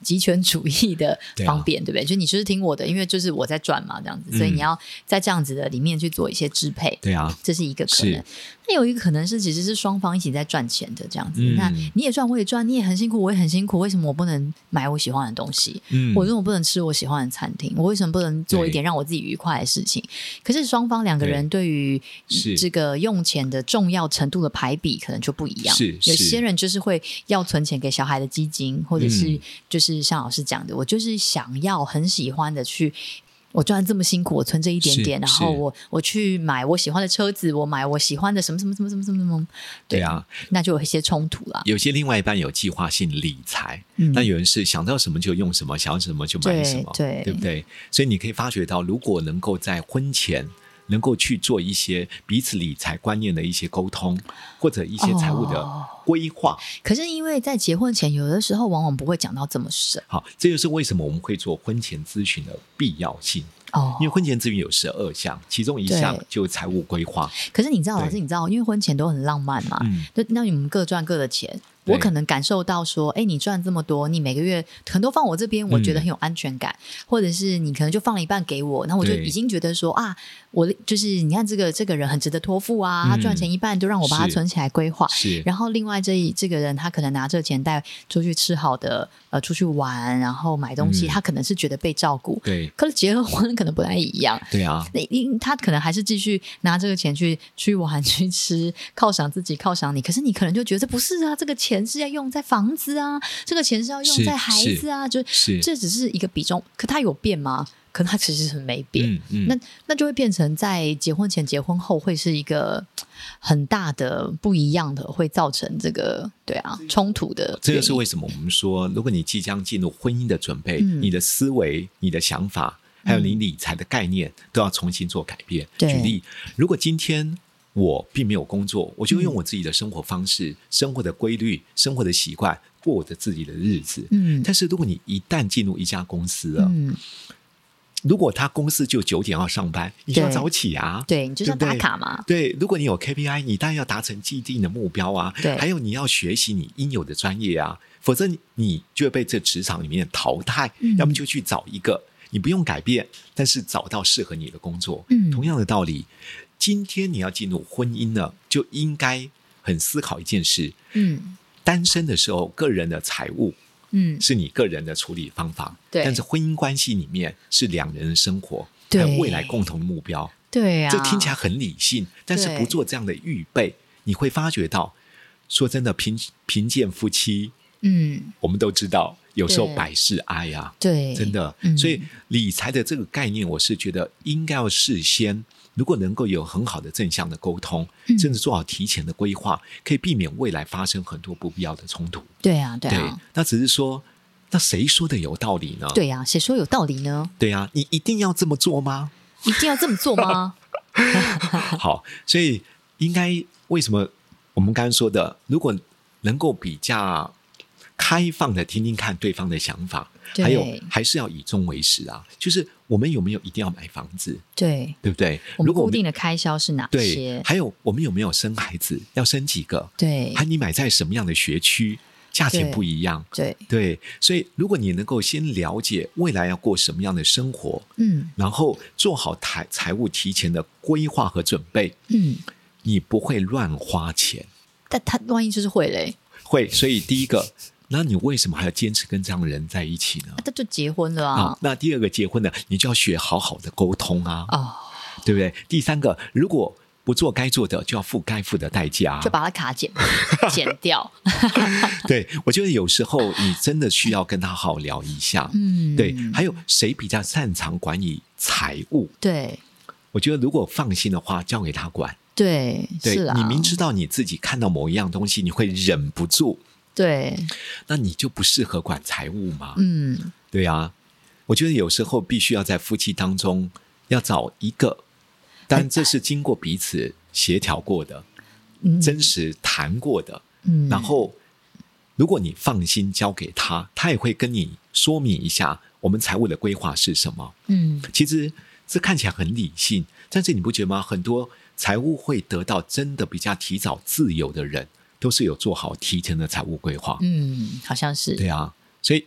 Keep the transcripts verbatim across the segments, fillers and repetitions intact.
极权主义的方便， 对,、啊、对不对？就你就是听我的，因为就是我在赚嘛，这样子，嗯、所以你要在这样子的里面去做一些支配， 对啊， 这是一个可能。那有一个可能是其实是双方一起在赚钱的这样子，嗯、那你也赚我也赚，你也很辛苦我也很辛苦，为什么我不能买我喜欢的东西？嗯，我为什么不能吃我喜欢的餐厅？我为什么不能做一点让我自己愉快的事情？可是双方两个人对于这个用钱的重要程度的排比可能就不一样。是，有些人就是会要存钱给小孩的基金，或者是就是像老师讲的，我就是想要很喜欢的去。我赚这么辛苦，我存这一点点，然后我我去买我喜欢的车子，我买我喜欢的什么什么什么什么什么什么，对, 对啊，那就有一些冲突啦。 有些另外一半有计划性理财，嗯、那有人是想到什么就用什么，想要什么就买什么，对, 对, 对不对？所以你可以发觉到，如果能够在婚前能够去做一些彼此理财观念的一些沟通，或者一些财务的规划、哦、 可是因为在结婚前有的时候往往不会讲到这么深。 好，这就是为什么我们会做婚前咨询的必要性。哦，因为婚前咨询有十二项，其中一项就财务规划。 可是你知道，老师你知道，因为婚前都很浪漫嘛，嗯、那你们各赚各的钱。我可能感受到说，哎，你赚这么多，你每个月很多放我这边，我觉得很有安全感，嗯、或者是你可能就放了一半给我，那我就已经觉得说啊，我就是你看这个这个人很值得托付啊，嗯、他赚钱一半都让我把它存起来规划，然后另外这这个人他可能拿这钱带出去吃好的，呃，出去玩，然后买东西，嗯、他可能是觉得被照顾，对，可是结了婚可能不太一样， 对啊， 他可能还是继续拿这个钱去去玩去吃，犒赏自己犒赏你，可是你可能就觉得不是啊，这个钱是要用在房子啊，这个钱是要用在孩子啊，就是这只是一个比重，可它有变吗？可它其实没变，嗯嗯、那那就会变成在结婚前、结婚后会是一个很大的不一样的，会造成这个对啊冲突的。 这就是为什么我们说，如果你即将进入婚姻的准备，嗯、你的思维、你的想法，还有你理财的概念，嗯、都要重新做改变。举例，如果今天我并没有工作，我就用我自己的生活方式、嗯、生活的规律、生活的习惯过我的自己的日子。嗯，但是如果你一旦进入一家公司了，嗯，如果他公司就九点要上班，你就要早起啊， 对，你就是要打卡嘛。 对，如果你有 K P I， 你当然要达成既定的目标啊。对，还有你要学习你应有的专业啊，否则你就会被这职场里面淘汰。嗯，要么就去找一个你不用改变，但是找到适合你的工作。嗯，同样的道理。今天你要进入婚姻了，就应该很思考一件事。嗯，单身的时候，个人的财务，嗯，是你个人的处理方法。对，但是婚姻关系里面是两人的生活，还有未来共同的目标。对啊，这听起来很理性，但是不做这样的预备，你会发觉到，说真的，贫贫贱夫妻，嗯，我们都知道。有时候百事哀啊，对，真的，嗯、所以理财的这个概念，我是觉得应该要事先，如果能够有很好的正向的沟通，嗯、甚至做好提前的规划，可以避免未来发生很多不必要的冲突。 对啊，对啊， 对，那只是说，那谁说的有道理呢？ 对啊，谁说有道理呢？ 对啊，你一定要这么做吗？ 一定要这么做吗？ 好，所以应该为什么我们刚刚说的，如果能够比较开放的听听看对方的想法，还有还是要以终为始啊，就是我们有没有一定要买房子， 对对不对？ 我们固定的开销是哪些？ 对，还有我们有没有生孩子，要生几个？ 对， 还你买在什么样的学区，价钱不一样。 对对，所以如果你能够先了解未来要过什么样的生活，嗯，然后做好财财务提前的规划和准备，嗯，你不会乱花钱。 但他万一就是会嘞， 会。所以第一个。那你为什么还要坚持跟这样的人在一起呢？ 他就结婚了啊。 那第二个结婚呢，你就要学好好的沟通啊，哦，对不对？第三个，如果不做该做的，就要付该付的代价， 就把他卡剪剪掉。 对，我觉得有时候你真的需要跟他好好聊一下。嗯，对。还有谁比较擅长管理财务？对，我觉得如果放心的话，交给他管。 对， 对， 是啦。 你明知道你自己看到某一样东西，你会忍不住。 对， 那你就不适合管财务嘛？嗯，对啊，我觉得有时候必须要在夫妻当中要找一个，但这是经过彼此协调过的，嗯、真实谈过的。嗯，然后如果你放心交给他，他也会跟你说明一下我们财务的规划是什么。嗯，其实这看起来很理性，但是你不觉得吗？很多财务会得到真的比较提早自由的人。都是有做好提前的财务规划， 嗯，好像是， 对啊，所以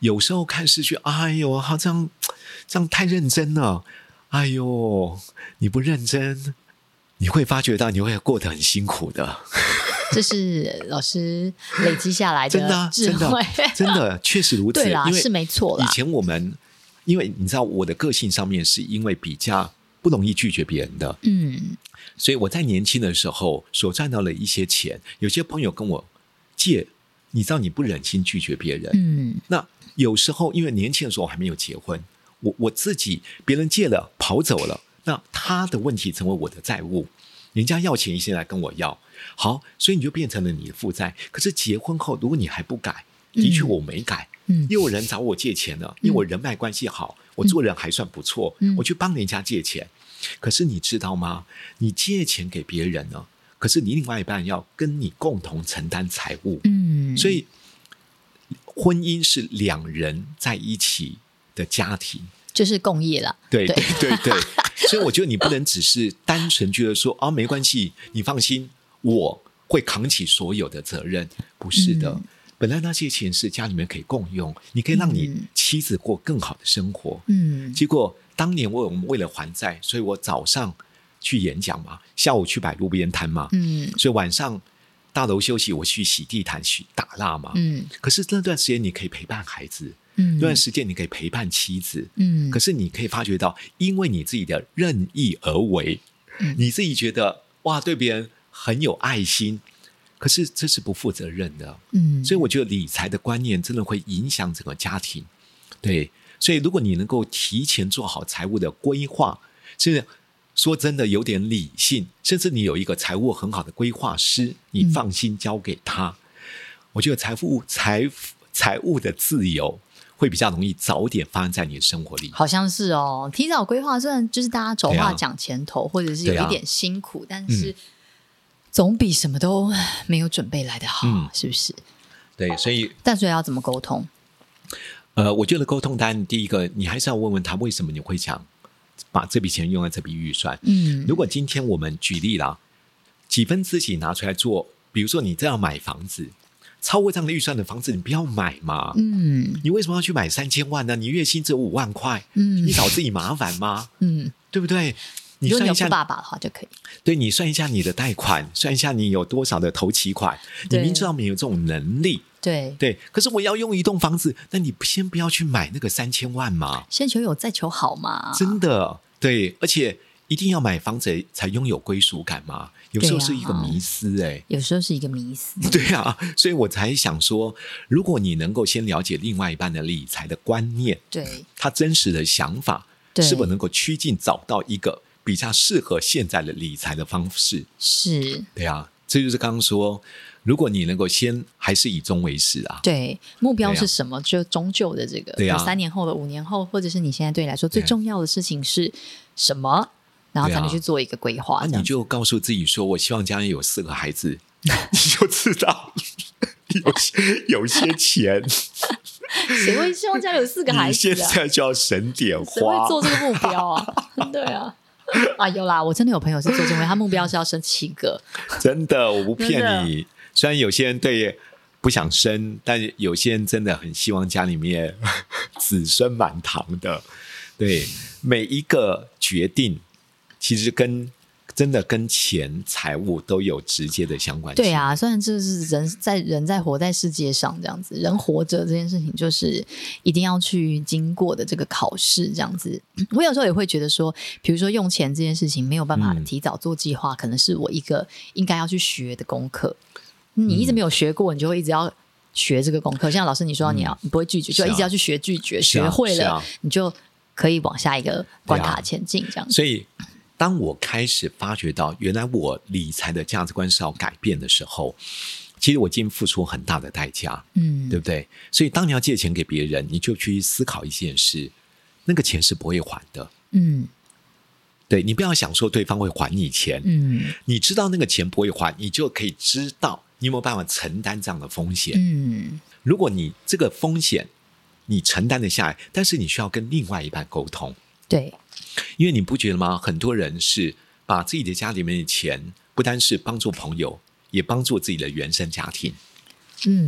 有时候看视讯，哎呦，他这样这样太认真了，哎呦，你不认真，你会发觉到你会过得很辛苦的。 这是老师累积下来的智慧， 真的、啊、真的, 真的确实如此。 对啦， 因为是没错啦。 以前我们，因为你知道我的个性上面是因为比较不容易拒绝别人的， 嗯， 所以我在年轻的时候所赚到了一些钱，有些朋友跟我借，你知道你不忍心拒绝别人， 嗯， 那有时候因为年轻的时候我还没有结婚，我我自己别人借了跑走了，那他的问题成为我的债务，人家要钱一些来跟我要，好，所以你就变成了你的负债。可是结婚后如果你还不改，的确我没改，嗯，又有人找我借钱了，因为我人脉关系好，我做人还算不错，嗯，我去帮人家借钱。可是你知道吗？你借钱给别人呢，可是你另外一半要跟你共同承担财务，嗯，所以婚姻是两人在一起的家庭， 就是共业啦。 对对对对，所以我觉得你不能只是单纯觉得说啊，没关系，你放心，我会扛起所有的责任。不是的，嗯，本来那些钱是家里面可以共用，你可以让你妻子过更好的生活。嗯，结果当年我为了还债，所以我早上去演讲嘛，下午去摆路边摊嘛，嗯，所以晚上大楼休息，我去洗地毯、去打蜡嘛，嗯。可是那段时间你可以陪伴孩子，嗯，那段时间你可以陪伴妻子，嗯。可是你可以发觉到，因为你自己的任意而为，嗯，你自己觉得哇，对别人很有爱心。可是这是不负责任的，嗯，所以我觉得理财的观念真的会影响整个家庭，对，所以如果你能够提前做好财务的规划，甚至说真的有点理性，甚至你有一个财务很好的规划师，你放心交给他，嗯，我觉得财富财财务的自由会比较容易早点发生在你的生活里。好像是哦，提早规划虽然就是大家走话讲前头，啊，或者是有一点辛苦，啊，但是，嗯，总比什么都没有准备来的好，嗯，是不是？ 对，所以但所以要怎么沟通？ 呃，我觉得沟通当然第一个，你还是要问问他为什么你会想把这笔钱用在这笔预算。嗯，如果今天我们举例啦，几分之几拿出来做，比如说你这样买房子，超过这样的预算的房子，你不要买嘛。嗯，你为什么要去买三千万呢？你月薪只有五万块，嗯，你找自己麻烦吗？嗯，对不对？你算一下， 如果你有爸爸的话就可以。 对，你算一下你的贷款，算一下你有多少的头期款，你明知道没有这种能力， 对对。可是我要用一栋房子，那你先不要去买那个三千万嘛， 先求有再求好嘛。 真的，对，而且一定要买房子才拥有归属感嘛。有时候是一个迷思，哎、欸， 有时候是一个迷思。 对啊，所以我才想说，如果你能够先了解另外一半的理财的观念， 对他真实的想法，是否能够趋近找到一个比较适合现在的理财的方式？ 是， 对啊，这就是刚刚说，如果你能够先还是以终为始啊， 对，目标是什么？啊、就终究的这个， 对啊， 三年后的、五年后，或者是你现在对你来说最重要的事情是什么？然后才能去做一个规划。 那、啊、你就告诉自己说，我希望将来有四个孩子，你就知道有些有些钱。 谁会希望家里有四个孩子、啊？ 你现在就要省点花， 谁会做这个目标啊？对啊。啊，有啦，我真的有朋友是做这个，他目标是要生七个。 真的，我不骗你。虽然有些人对不想生，但有些人真的很希望家里面子孙满堂的。对，每一个决定其实跟真的跟钱财务都有直接的相关性。 对啊，虽然这是人在人在活在世界上这样子，人活着这件事情就是一定要去经过的这个考试这样子。我有时候也会觉得说，比如说用钱这件事情没有办法提早做计划、嗯、可能是我一个应该要去学的功课。你一直没有学过，你就会一直要学这个功课。像老师你说你要、嗯、你不会拒绝，就一直要去学拒绝、啊、学会了、啊、你就可以往下一个关卡前进这样子、啊、 所以当我开始发觉到原来我理财的价值观是要改变的时候，其实我已经付出很大的代价，嗯，对不对？所以当你要借钱给别人，你就去思考一件事，那个钱是不会还的，嗯，对，你不要想说对方会还你钱，嗯，你知道那个钱不会还，你就可以知道你有没有办法承担这样的风险，嗯，如果你这个风险你承担得下来，但是你需要跟另外一半沟通， 对， 因为你不觉得吗？很多人是把自己的家里面的钱，不单是帮助朋友，也帮助自己的原生家庭。嗯，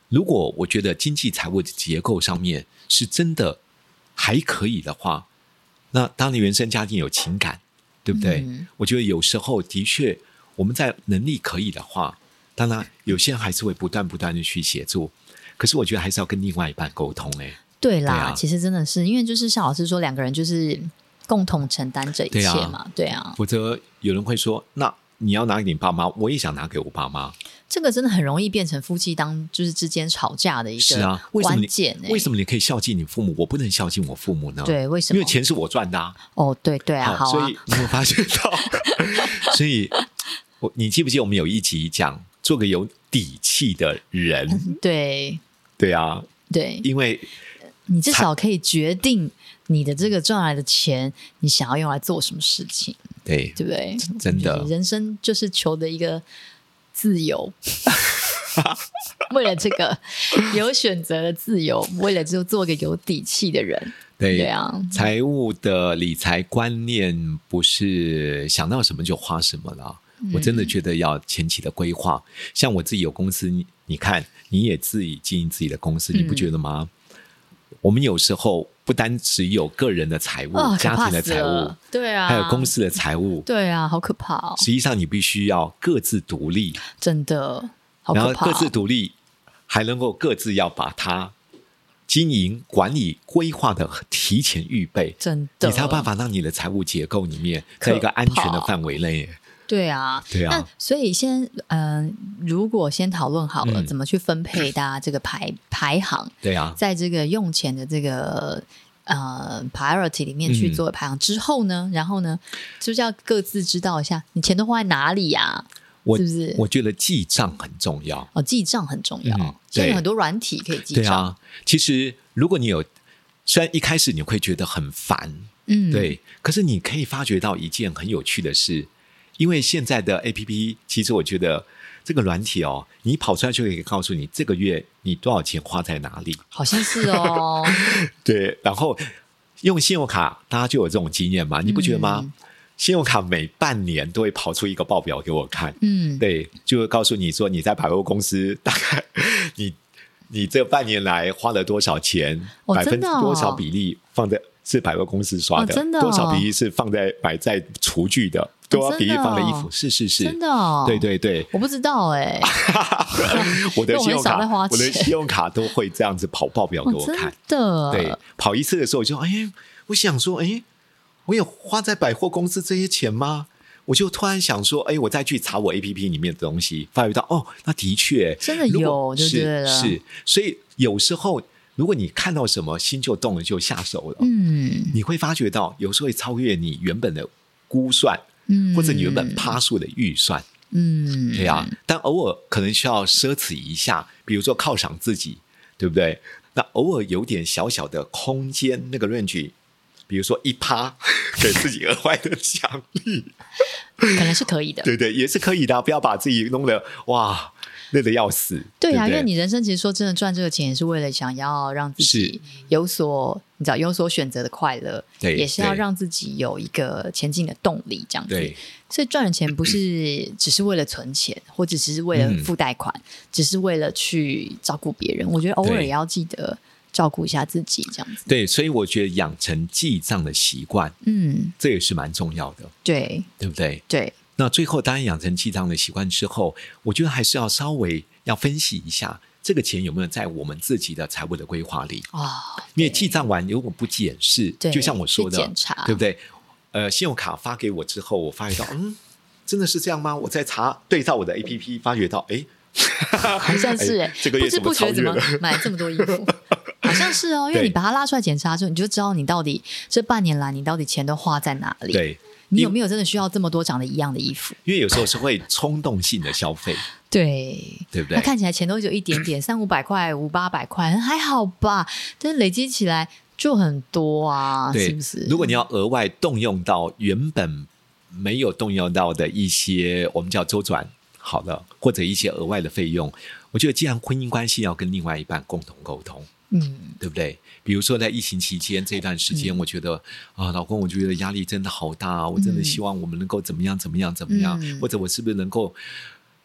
如果我觉得经济财务的结构上面是真的还可以的话，那当你原生家庭有情感，对不对？嗯、我觉得有时候的确我们在能力可以的话，当然有些人还是会不断不断的去协助，可是我觉得还是要跟另外一半沟通。哎， 对啦，对啊，其实真的是因为就是像老师说，两个人就是共同承担这一切嘛，对啊，对啊， 否则有人会说，那你要拿给你爸妈，我也想拿给我爸妈。 这个真的很容易变成夫妻当就是之间吵架的一个关键。 为什么你可以孝敬你父母，我不能孝敬我父母呢？ 对，为什么？ 因为钱是我赚的啊。 哦，对对啊，好啊， 所以你有发现到？所以我你记不记得我们有一集讲做个有底气的人？ 对对啊， 对， 因为你至少可以决定你的这个赚来的钱，你想要用来做什么事情？ 对， 对不对？ 真的， 人生就是求的一个自由。为了这个有选择的自由，为了就做个有底气的人。 对， 对啊， 财务的理财观念不是想到什么就花什么了。嗯、我真的觉得要前期的规划。像我自己有公司，你, 你看你也自己经营自己的公司，嗯、你不觉得吗？我们有时候不单只有个人的财务、哦、家庭的财务， 对啊， 还有公司的财务， 对啊，好可怕哦。 实际上你必须要各自独立， 真的好可怕、哦。 然后各自独立，还能够各自要把它经营、管理、规划的提前预备， 真的， 你才有办法让你的财务结构里面在一个安全的范围内。 对啊， 对啊。 那所以先，嗯、呃，如果先讨论好了、嗯、怎么去分配大家这个排排行， 对啊，在这个用钱的这个呃 priority 里面去做排行之后呢，嗯、然后呢，是不是要各自知道一下你钱都花在哪里呀、啊？ 我是不是？ 我觉得记账很重要哦，记账很重要。嗯、现在有很多软体可以记账。 对啊，其实如果你有，虽然一开始你会觉得很烦，嗯，对，可是你可以发觉到一件很有趣的事。因为现在的 A P P， 其实我觉得这个软体哦，你跑出来就可以告诉你这个月你多少钱花在哪里， 好像是哦。 对，然后用信用卡，大家就有这种经验嘛，你不觉得吗？嗯、信用卡每半年都会跑出一个报表给我看，嗯，对，就会告诉你说你在百货公司大概你你这半年来花了多少钱， 哦、 百分之多少比例放在是百货公司刷的， 哦真的哦、 多少比例是放在买在厨具的。多少比例放的衣服、哦、是是是真的哦， 对对对， 我不知道哎、欸， 我的信用卡我, 我的信用卡都会这样子跑报表给我看， 哦、真的， 对，跑一次的时候我就哎，我想说哎，我有花在百货公司这些钱吗？我就突然想说，哎，我再去查我 A P P 里面的东西，发觉到哦，那的确真的有，就对了， 是是，所以有时候如果你看到什么心就动了，就下手了， 嗯， 你会发觉到有时候会超越你原本的估算。或者你原本趴数的预算，嗯，对啊，但偶尔可能需要奢侈一下，比如说犒赏自己，对不对？那偶尔有点小小的空间，那个 range， 比如说一趴给自己额外的奖励， 可能是可以的， 对对，也是可以的，不要把自己弄得哇累得要死。 对啊， 对对， 因为你人生其实说真的赚这个钱也是为了想要让自己有所你知道有所选择的快乐， 对， 也是要让自己有一个前进的动力这样子。 对， 所以赚的钱不是只是为了存钱，或者只是为了付贷款，嗯、只是为了去照顾别人。我觉得偶尔也要记得照顾一下自己这样子。 对，所以我觉得养成记账的习惯，嗯，这也是蛮重要的。 对， 对不对？ 对。 那最后当然养成记账的习惯之后，我觉得还是要稍微要分析一下这个钱有没有在我们自己的财务的规划里、哦、因为记账完如果不检视，就像我说的检查， 对不对？呃，信用卡发给我之后，我发觉到嗯，真的是这样吗？我在查对照我的 A P P 发觉到哎好像是哎、欸， 这个月怎么超越了， 不知不觉怎么买这么多衣服好像是哦，因为你把它拉出来检查之后，你就知道你到底这半年来你到底钱都花在哪里。 对， 你有没有真的需要这么多长得一样的衣服？ 因为有时候是会冲动性的消费， 对， 对不对？ 那看起来钱都只有一点点，三五百块、五八百块，还好吧？但是累积起来就很多啊， 对， 是不是？ 如果你要额外动用到原本没有动用到的一些，我们叫周转好了，或者一些额外的费用，我觉得既然婚姻关系要跟另外一半共同沟通，嗯，对不对？比如说在疫情期间这段时间、嗯、我觉得啊，老公我觉得压力真的好大，我真的希望我们能够怎么样怎么样怎么样、嗯、或者我是不是能够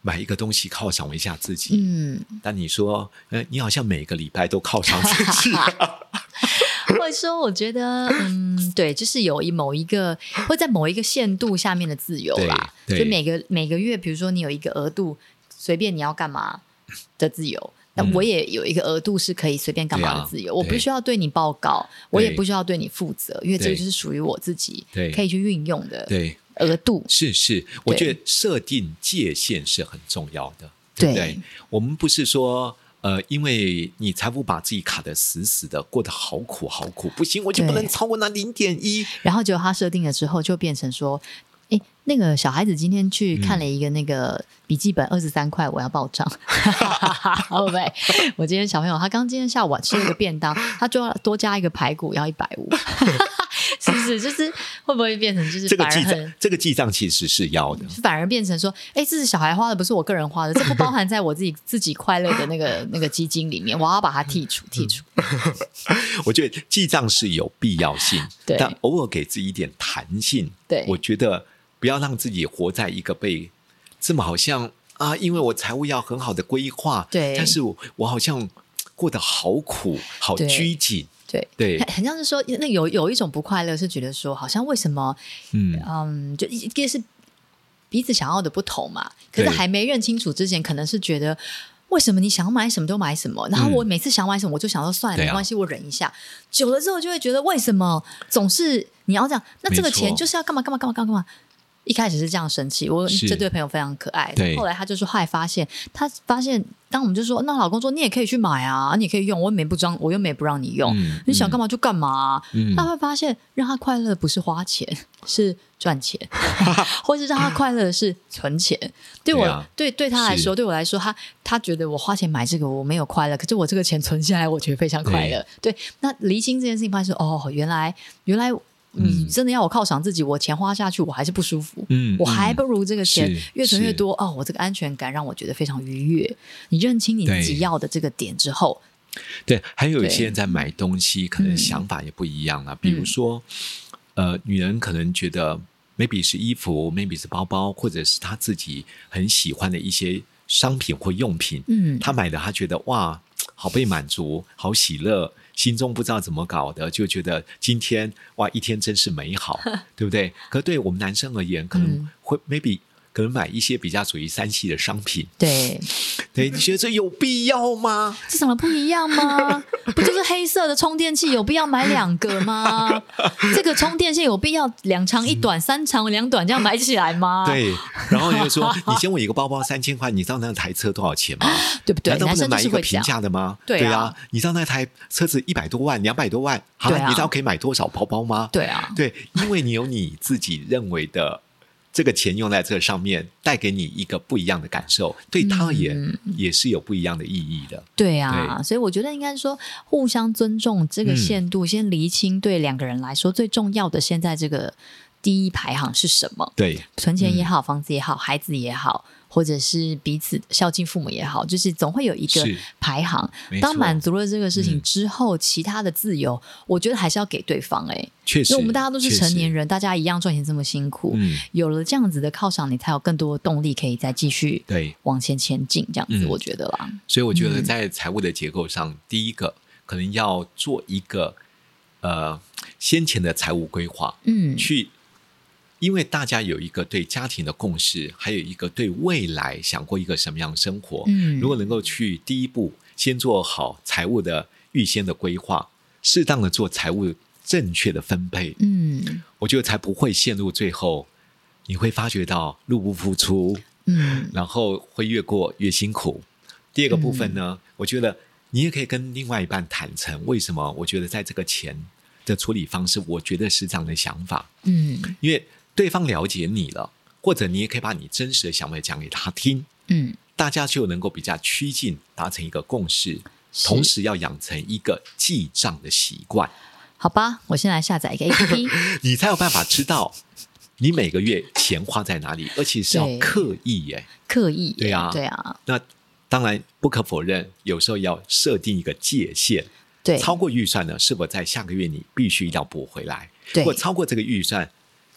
买一个东西犒赏一下自己。 嗯， 但你说，呃，你好像每个礼拜都犒赏自己、啊。 或者说，我觉得，嗯，对，就是有一某一个会在某一个限度下面的自由啦。就每个每个月，比如说你有一个额度，随便你要干嘛的自由。那我也有一个额度是可以随便干嘛的自由、嗯啊、我不需要对你报告，我也不需要对你负责，因为这个就是属于我自己可以去运用的额度。 是是，我觉得设定界限是很重要的， 对, 对不对？我们不是说呃，因为你财务把自己卡得死死的，过得好苦好苦，不行，我就不能超过那零点一。然后结果他设定了之后，就变成说，哎，那个小孩子今天去看了一个那个笔记本，二十三块，我要报账，会不会？我今天小朋友他刚今天下午吃了一个便当，他就要多加一个排骨，要一百五，是不是？就是会不会变成就是反而很这个记账，这个记账其实是要的， 反而变成说，哎，这是小孩花的，不是我个人花的，这不包含在我自己自己快乐的那个那个基金里面，我要把它剔除剔除。 我觉得记账是有必要性， 对， 但偶尔给自己一点弹性， 对， 我觉得不要让自己活在一个被这么好像啊，因为我财务要很好的规划， 对， 但是我我好像过得好苦，好拘谨。 对对， 很像是说，那有有一种不快乐，是觉得说，好像为什么，嗯嗯，就一个是彼此想要的不同嘛。可是还没认清楚之前，可能是觉得为什么你想买什么都买什么，然后我每次想买什么，我就想说算了，没关系，我忍一下。久了之后，就会觉得为什么总是你要这样？那这个钱就是要干嘛干嘛干嘛干嘛干嘛？一开始是这样生气，我这对朋友非常可爱。后来他就说，后来发现，他发现，当我们就说，那老公说你也可以去买啊，你也可以用，我又没不让，我又没不让你用，嗯、你想干嘛就干嘛、啊。嗯、他会发现，让他快乐不是花钱，是赚钱，或是让他快乐的是存钱。对我对、啊、对, 对他来说，对我来说，他他觉得我花钱买这个我没有快乐，可是我这个钱存下来，我觉得非常快乐。对，对那厘清这件事情，发现哦，原来原来。你真的要我犒赏自己，我钱花下去我还是不舒服，嗯，我还不如这个钱越存越多哦，我这个安全感让我觉得非常愉悦。你认清你自己要的这个点之后， 对，还有一些人在买东西可能想法也不一样啊、嗯、比如说、嗯、呃，女人可能觉得 maybe 是衣服 maybe 是包包，或者是她自己很喜欢的一些商品或用品，嗯，她买的她觉得哇好被满足，好喜乐，心中不知道怎么搞的，就觉得今天哇一天真是美好，对不对？可是对我们男生而言，可能会、嗯、maybe 可能买一些比较属于三 C 的商品， 对对，你觉得这有必要吗？ 这长得不一样吗？不就是黑色的充电器，有必要买两个吗？这个充电线有必要两长一短、三长两短这样买起来吗？ 对，然后你就说，你嫌我一个包包三千块，你知道那台车多少钱吗？ 对不对？ 难道不能买一个平价的吗？ 对 啊, 对啊，你知道那台车子一百多万、两百多万，好、啊，你知道可以买多少包包吗？ 对啊， 对，因为你有你自己认为的。这个钱用在这上面，带给你一个不一样的感受，对他也、嗯、也是有不一样的意义的。 对啊，对，所以我觉得应该说互相尊重这个限度，嗯、先厘清对两个人来说最重要的现在这个第一排行是什么。 对， 存钱也好、嗯、房子也好、孩子也好，或者是彼此孝敬父母也好，就是总会有一个排行。当满足了这个事情之后、嗯、其他的自由我觉得还是要给对方。哎， 确实， 因为我们大家都是成年人，大家一样赚钱这么辛苦、嗯、有了这样子的犒赏，你才有更多的动力可以再继续往前前进，这样子、嗯、我觉得啦。 所以我觉得在财务的结构上、嗯、第一个可能要做一个呃先前的财务规划，嗯，去因为大家有一个对家庭的共识，还有一个对未来想过一个什么样的生活、嗯、如果能够去第一步先做好财务的预先的规划，适当的做财务正确的分配，嗯，我觉得才不会陷入最后你会发觉到入不敷出，嗯，然后会越过越辛苦。第二个部分呢、嗯、我觉得你也可以跟另外一半坦诚，为什么我觉得在这个钱的处理方式我觉得是这样的想法，嗯，因为对方了解你了，或者你也可以把你真实的想法讲给他听，嗯，大家就能够比较趋近达成一个共识，同时要养成一个记账的习惯。 好吧，我先来下载一个 A P P 你才有办法知道你每个月钱花在哪里，而且是要刻意耶， 刻意耶， 对啊，对啊。那当然不可否认，有时候要设定一个界限，对，超过预算呢，是否在下个月你必须要补回来？对，如果超过这个预算，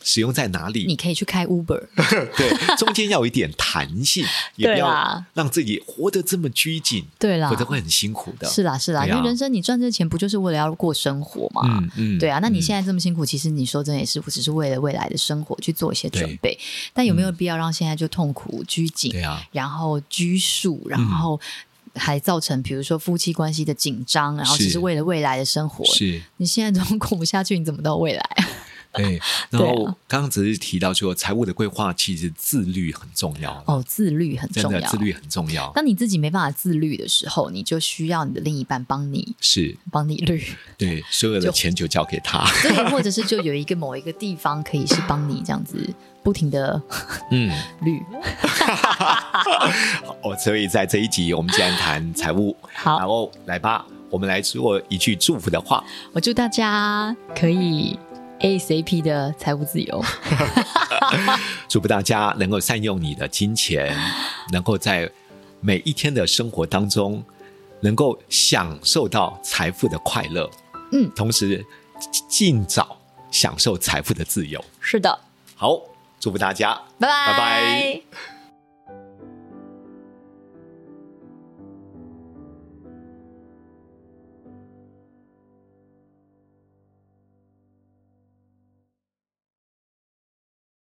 使用在哪里， 你可以去开 Uber。 对，中间要有一点弹性，也不要让自己活得这么拘谨， 对啦， 否则会很辛苦的。 是啦是啦、啊、因为人生你赚这钱不就是为了要过生活嘛？ 嗯嗯， 对啊，那你现在这么辛苦、嗯、其实你说真的也是只是为了未来的生活去做一些准备，但有没有必要让现在就痛苦拘谨、 对啊， 然后拘束，然后还造成比如说夫妻关系的紧张，然后只是为了未来的生活， 是你现在都过不下去，你怎么到未来啊？ 对，然后刚刚只是提到说财务的规划其实自律很重要哦，自律很重要， 真的自律很重要。 当你自己没办法自律的时候，你就需要你的另一半帮你， 是帮你律， 对，所有的钱就交给他， 对，或者是就有一个某一个地方可以是帮你这样子不停的嗯律。 哦，所以在这一集我们既然谈财务， 好， 然后来吧，我们来做一句祝福的话。 我祝大家可以A S A P 的财务自由。 祝福大家能够善用你的金钱，能够在每一天的生活当中能够享受到财富的快乐，嗯，同时尽早享受财富的自由。 是的， 好，祝福大家， 拜拜拜拜。